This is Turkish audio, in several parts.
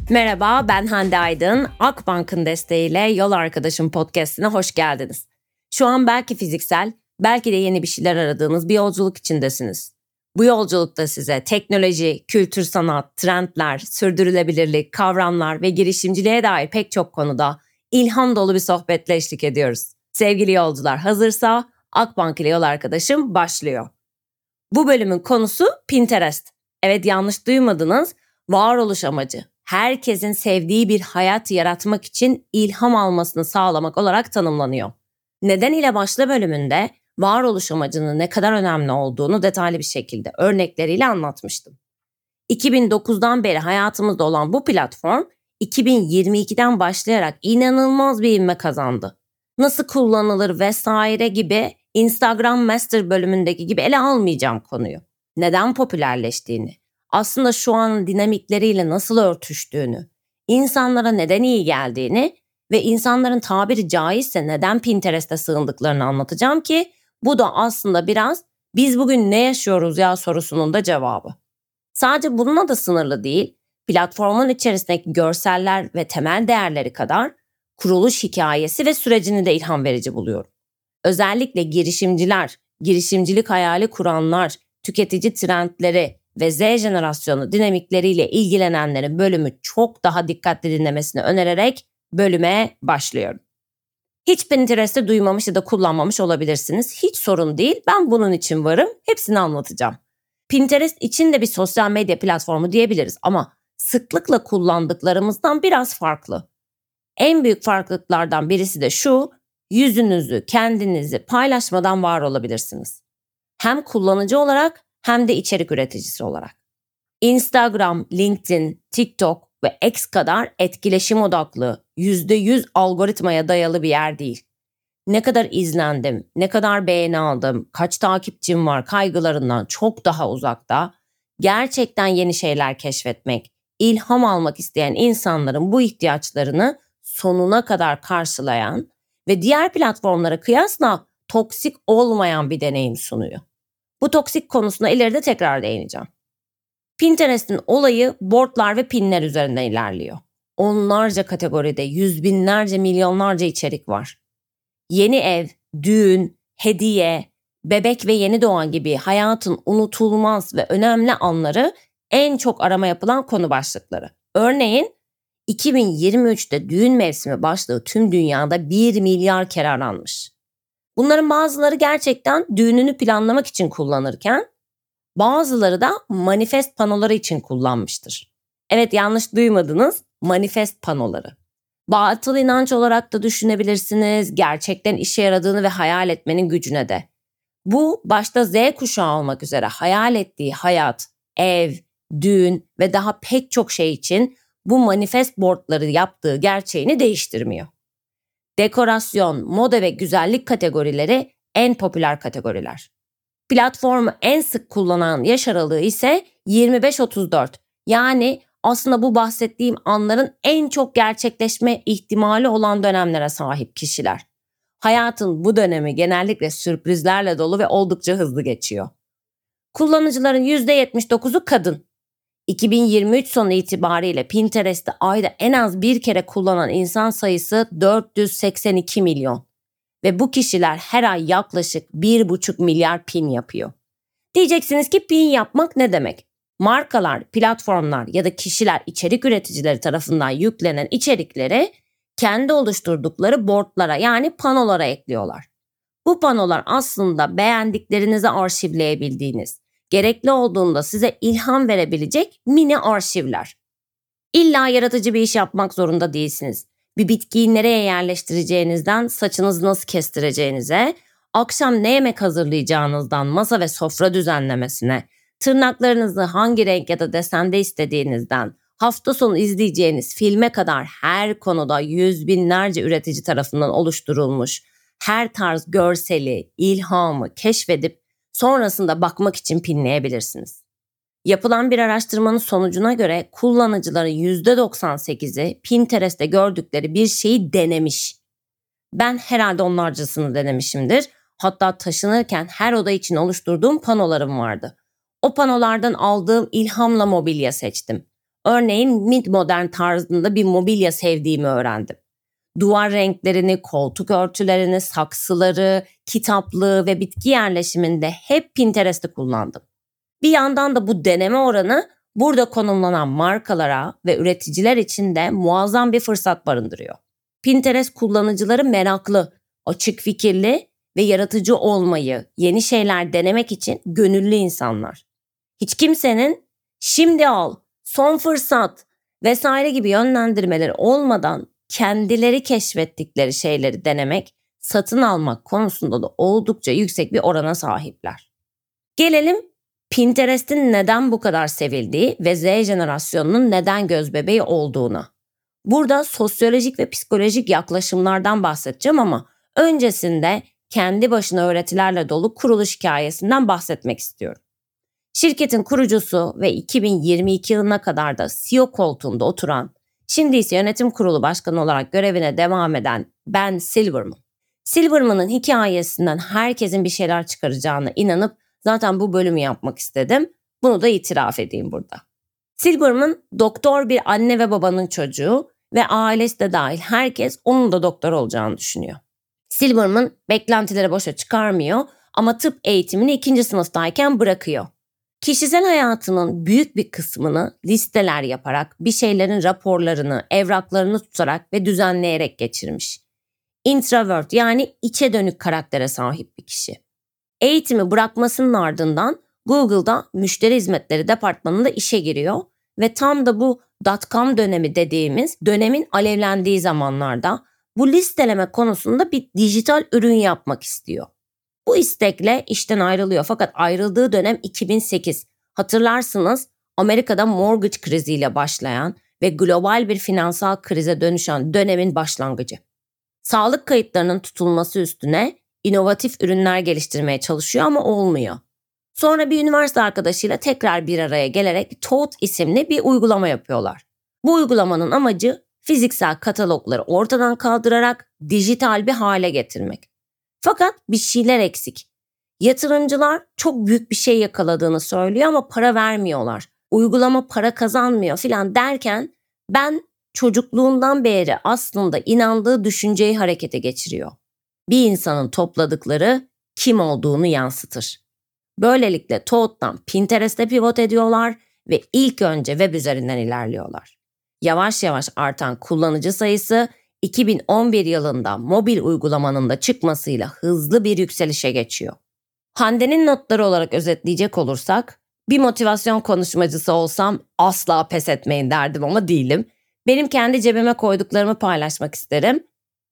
Merhaba, ben Hande Aydın. Akbank'ın desteğiyle Yol Arkadaşım podcast'ine hoş geldiniz. Şu an belki fiziksel, belki de yeni bir şeyler aradığınız bir yolculuk içindesiniz. Bu yolculukta size teknoloji, kültür sanat, trendler, sürdürülebilirlik, kavramlar ve girişimciliğe dair pek çok konuda ilham dolu bir sohbetle eşlik ediyoruz. Sevgili yolcular, hazırsa Akbank ile Yol Arkadaşım başlıyor. Bu bölümün konusu Pinterest. Evet, yanlış duymadınız. Varoluş amacı, herkesin sevdiği bir hayat yaratmak için ilham almasını sağlamak olarak tanımlanıyor. Neden ile başla bölümünde varoluş amacının ne kadar önemli olduğunu detaylı bir şekilde örnekleriyle anlatmıştım. 2009'dan beri hayatımızda olan bu platform 2022'den başlayarak inanılmaz bir ivme kazandı. Nasıl kullanılır vesaire gibi Instagram Master bölümündeki gibi ele almayacağım konuyu. Neden popülerleştiğini, aslında şu an dinamikleriyle nasıl örtüştüğünü, insanlara neden iyi geldiğini ve insanların tabiri caizse neden Pinterest'e sığındıklarını anlatacağım ki bu da aslında biraz biz bugün ne yaşıyoruz ya sorusunun da cevabı. Sadece bununla da sınırlı değil, platformun içerisindeki görseller ve temel değerleri kadar kuruluş hikayesi ve sürecini de ilham verici buluyorum. Özellikle girişimciler, girişimcilik hayali kuranlar, tüketici trendleri ve Z jenerasyonu dinamikleriyle ilgilenenlerin bölümü çok daha dikkatli dinlemesini önererek bölüme başlıyorum. Hiç Pinterest'i duymamış ya da kullanmamış olabilirsiniz. Hiç sorun değil, ben bunun için varım, hepsini anlatacağım. Pinterest için de bir sosyal medya platformu diyebiliriz ama sıklıkla kullandıklarımızdan biraz farklı. En büyük farklılıklardan birisi de şu, yüzünüzü, kendinizi paylaşmadan var olabilirsiniz. Hem kullanıcı olarak hem de içerik üreticisi olarak. Instagram, LinkedIn, TikTok ve X kadar etkileşim odaklı, %100 algoritmaya dayalı bir yer değil. Ne kadar izlendim, ne kadar beğeni aldım, kaç takipçim var kaygılarından çok daha uzakta, gerçekten yeni şeyler keşfetmek, ilham almak isteyen insanların bu ihtiyaçlarını sonuna kadar karşılayan ve diğer platformlara kıyasla toksik olmayan bir deneyim sunuyor. Bu toksik konusuna ileride tekrar değineceğim. Pinterest'in olayı boardlar ve pinler üzerinden ilerliyor. Onlarca kategoride yüz binlerce, milyonlarca içerik var. Yeni ev, düğün, hediye, bebek ve yeni doğan gibi hayatın unutulmaz ve önemli anları en çok arama yapılan konu başlıkları. Örneğin 2023'te düğün mevsimi başlığı tüm dünyada 1 milyar kere aranmış. Bunların bazıları gerçekten düğününü planlamak için kullanırken bazıları da manifest panoları için kullanmıştır. Evet, yanlış duymadınız, manifest panoları. Batıl inanç olarak da düşünebilirsiniz, gerçekten işe yaradığını ve hayal etmenin gücüne de. Bu başta Z kuşağı olmak üzere hayal ettiği hayat, ev, düğün ve daha pek çok şey için bu manifest boardları yaptığı gerçeğini değiştirmiyor. Dekorasyon, moda ve güzellik kategorileri en popüler kategoriler. Platformu en sık kullanan yaş aralığı ise 25-34. Yani aslında bu bahsettiğim anların en çok gerçekleşme ihtimali olan dönemlere sahip kişiler. Hayatın bu dönemi genellikle sürprizlerle dolu ve oldukça hızlı geçiyor. Kullanıcıların %79'u kadın. 2023 sonu itibariyle Pinterest'i ayda en az bir kere kullanan insan sayısı 482 milyon. Ve bu kişiler her ay yaklaşık 1,5 milyar pin yapıyor. Diyeceksiniz ki pin yapmak ne demek? Markalar, platformlar ya da kişiler içerik üreticileri tarafından yüklenen içerikleri kendi oluşturdukları boardlara yani panolara ekliyorlar. Bu panolar aslında beğendiklerinizi arşivleyebildiğiniz, gerekli olduğunda size ilham verebilecek mini arşivler. İlla yaratıcı bir iş yapmak zorunda değilsiniz. Bir bitkiyi nereye yerleştireceğinizden saçınızı nasıl kestireceğinize, akşam ne yemek hazırlayacağınızdan masa ve sofra düzenlemesine, tırnaklarınızı hangi renk ya da desende istediğinizden, hafta sonu izleyeceğiniz filme kadar her konuda yüz binlerce üretici tarafından oluşturulmuş her tarz görseli, ilhamı keşfedip sonrasında bakmak için pinleyebilirsiniz. Yapılan bir araştırmanın sonucuna göre kullanıcıların %98'i Pinterest'te gördükleri bir şeyi denemiş. Ben herhalde onlarcasını denemişimdir. Hatta taşınırken her oda için oluşturduğum panolarım vardı. O panolardan aldığım ilhamla mobilya seçtim. Örneğin mid-modern tarzında bir mobilya sevdiğimi öğrendim. Duvar renklerini, koltuk örtülerini, saksıları, kitaplığı ve bitki yerleşiminde hep Pinterest'i kullandım. Bir yandan da bu deneme oranı burada konumlanan markalara ve üreticiler için de muazzam bir fırsat barındırıyor. Pinterest kullanıcıları meraklı, açık fikirli ve yaratıcı olmayı, yeni şeyler denemek için gönüllü insanlar. Hiç kimsenin şimdi al, son fırsat vesaire gibi yönlendirmeleri olmadan kendileri keşfettikleri şeyleri denemek, satın almak konusunda da oldukça yüksek bir orana sahipler. Gelelim Pinterest'in neden bu kadar sevildiği ve Z jenerasyonunun neden gözbebeği olduğuna. Burada sosyolojik ve psikolojik yaklaşımlardan bahsedeceğim ama öncesinde kendi başına öğretilerle dolu kuruluş hikayesinden bahsetmek istiyorum. Şirketin kurucusu ve 2022 yılına kadar da CEO koltuğunda oturan, şimdi ise yönetim kurulu başkanı olarak görevine devam eden Ben Silverman. Silverman'ın hikayesinden herkesin bir şeyler çıkaracağına inanıp zaten bu bölümü yapmak istedim. Bunu da itiraf edeyim burada. Silverman doktor bir anne ve babanın çocuğu ve ailesi de dahil herkes onun da doktor olacağını düşünüyor. Silverman beklentileri boşa çıkarmıyor ama tıp eğitimini 2. sınıftayken bırakıyor. Kişisel hayatının büyük bir kısmını listeler yaparak, bir şeylerin raporlarını, evraklarını tutarak ve düzenleyerek geçirmiş. Introvert yani içe dönük karaktere sahip bir kişi. Eğitimi bırakmasının ardından Google'da müşteri hizmetleri departmanında işe giriyor ve tam da bu .com dönemi dediğimiz dönemin alevlendiği zamanlarda bu listeleme konusunda bir dijital ürün yapmak istiyor. Bu istekle işten ayrılıyor fakat ayrıldığı dönem 2008. Hatırlarsınız Amerika'da mortgage kriziyle başlayan ve global bir finansal krize dönüşen dönemin başlangıcı. Sağlık kayıtlarının tutulması üstüne inovatif ürünler geliştirmeye çalışıyor ama olmuyor. Sonra bir üniversite arkadaşıyla tekrar bir araya gelerek Toad isimli bir uygulama yapıyorlar. Bu uygulamanın amacı fiziksel katalogları ortadan kaldırarak dijital bir hale getirmek. Fakat bir şeyler eksik. Yatırımcılar çok büyük bir şey yakaladığını söylüyor ama para vermiyorlar. Uygulama para kazanmıyor filan derken ben çocukluğundan beri aslında inandığı düşünceyi harekete geçiriyor. Bir insanın topladıkları kim olduğunu yansıtır. Böylelikle Toad'dan Pinterest'e pivot ediyorlar ve ilk önce web üzerinden ilerliyorlar. Yavaş yavaş artan kullanıcı sayısı 2011 yılında mobil uygulamanın da çıkmasıyla hızlı bir yükselişe geçiyor. Hande'nin notları olarak özetleyecek olursak, bir motivasyon konuşmacısı olsam asla pes etmeyin derdim ama değilim. Benim kendi cebime koyduklarımı paylaşmak isterim.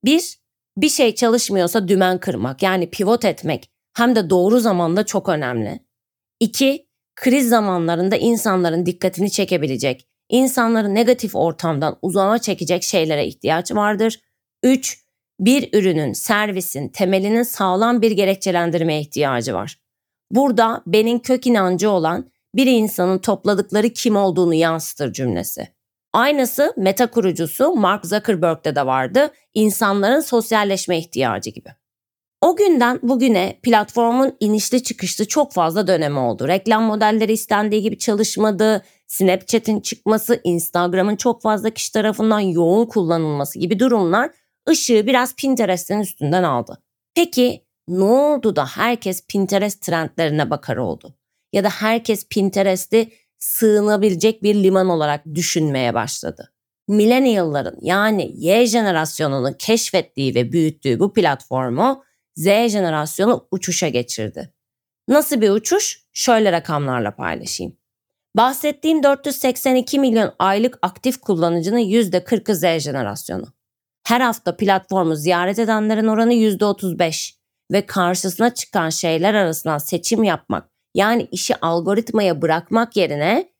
Bir şey çalışmıyorsa dümen kırmak yani pivot etmek hem de doğru zamanda çok önemli. 2, kriz zamanlarında insanların dikkatini çekebilecek, insanları negatif ortamdan uzağa çekecek şeylere ihtiyaç vardır. 3, bir ürünün, servisin temelinin sağlam bir gerekçelendirmeye ihtiyacı var. Burada benim kök inancı olan bir insanın topladıkları kim olduğunu yansıtır cümlesi. Aynısı Meta kurucusu Mark Zuckerberg'de de vardı, insanların sosyalleşme ihtiyacı gibi. O günden bugüne platformun inişli çıkışlı çok fazla dönemi oldu. Reklam modelleri istendiği gibi çalışmadı, Snapchat'in çıkması, Instagram'ın çok fazla kişi tarafından yoğun kullanılması gibi durumlar ışığı biraz Pinterest'in üstünden aldı. Peki ne oldu da herkes Pinterest trendlerine bakar oldu? Ya da herkes Pinterest'i sığınabilecek bir liman olarak düşünmeye başladı. Millennial'ların yani Y jenerasyonunun keşfettiği ve büyüttüğü bu platformu Z jenerasyonu uçuşa geçirdi. Nasıl bir uçuş? Şöyle rakamlarla paylaşayım. Bahsettiğim 482 milyon aylık aktif kullanıcının %40'ı Z jenerasyonu. Her hafta platformu ziyaret edenlerin oranı %35 ve karşısına çıkan şeyler arasından seçim yapmak yani işi algoritmaya bırakmak yerine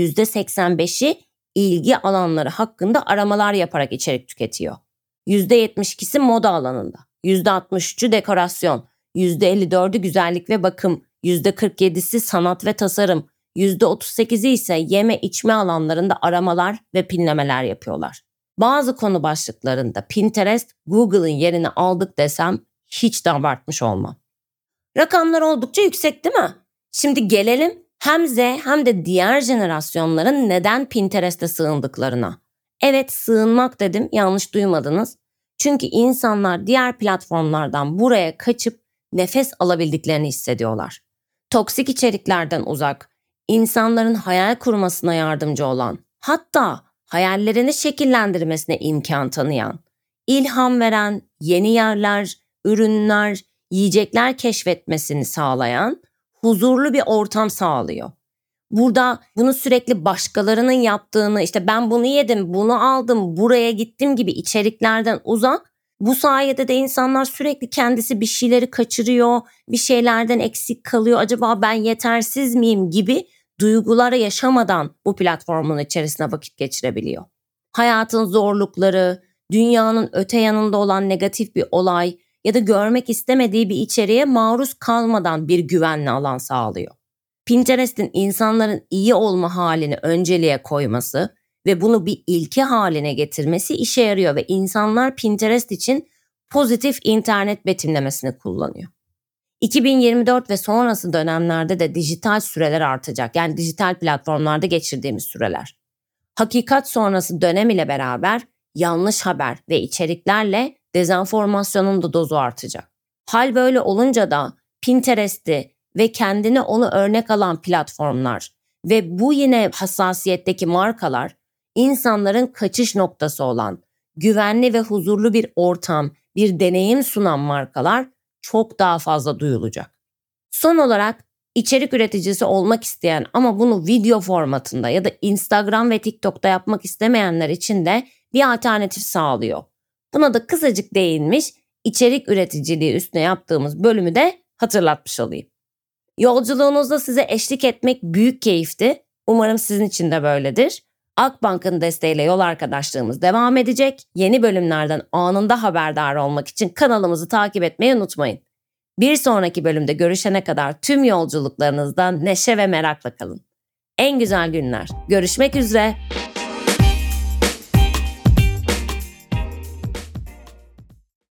%85'i ilgi alanları hakkında aramalar yaparak içerik tüketiyor. %72'si moda alanında, %63'ü dekorasyon, %54'ü güzellik ve bakım, %47'si sanat ve tasarım, %38'i ise yeme içme alanlarında aramalar ve pinlemeler yapıyorlar. Bazı konu başlıklarında Pinterest, Google'ın yerini aldık desem hiç de abartmış olmam. Rakamlar oldukça yüksek değil mi? Şimdi gelelim Hem Z hem de diğer jenerasyonların neden Pinterest'e sığındıklarına. Evet, sığınmak dedim, yanlış duymadınız. Çünkü insanlar diğer platformlardan buraya kaçıp nefes alabildiklerini hissediyorlar. Toksik içeriklerden uzak, insanların hayal kurmasına yardımcı olan, hatta hayallerini şekillendirmesine imkan tanıyan, ilham veren, yeni yerler, ürünler, yiyecekler keşfetmesini sağlayan huzurlu bir ortam sağlıyor. Burada bunu sürekli başkalarının yaptığını, işte ben bunu yedim, bunu aldım, buraya gittim gibi içeriklerden uzak. Bu sayede de insanlar sürekli kendisi bir şeyleri kaçırıyor, bir şeylerden eksik kalıyor. Acaba ben yetersiz miyim gibi duyguları yaşamadan bu platformun içerisine vakit geçirebiliyor. Hayatın zorlukları, dünyanın öte yanında olan negatif bir olay ya da görmek istemediği bir içeriğe maruz kalmadan bir güvenli alan sağlıyor. Pinterest'in insanların iyi olma halini önceliğe koyması ve bunu bir ilke haline getirmesi işe yarıyor ve insanlar Pinterest için pozitif internet betimlemesini kullanıyor. 2024 ve sonrası dönemlerde de dijital süreler artacak. Yani dijital platformlarda geçirdiğimiz süreler. Hakikat sonrası dönem ile beraber yanlış haber ve içeriklerle dezenformasyonun da dozu artacak. Hal böyle olunca da Pinterest'i ve kendine onu örnek alan platformlar ve bu yine hassasiyetteki markalar insanların kaçış noktası olan güvenli ve huzurlu bir ortam, bir deneyim sunan markalar çok daha fazla duyulacak. Son olarak içerik üreticisi olmak isteyen ama bunu video formatında ya da Instagram ve TikTok'ta yapmak istemeyenler için de bir alternatif sağlıyor. Buna da kısacık değinmiş, içerik üreticiliği üstüne yaptığımız bölümü de hatırlatmış olayım. Yolculuğunuzda size eşlik etmek büyük keyifti. Umarım sizin için de böyledir. Akbank'ın desteğiyle yol arkadaşlığımız devam edecek. Yeni bölümlerden anında haberdar olmak için kanalımızı takip etmeyi unutmayın. Bir sonraki bölümde görüşene kadar tüm yolculuklarınızda neşe ve merakla kalın. En güzel günler. Görüşmek üzere.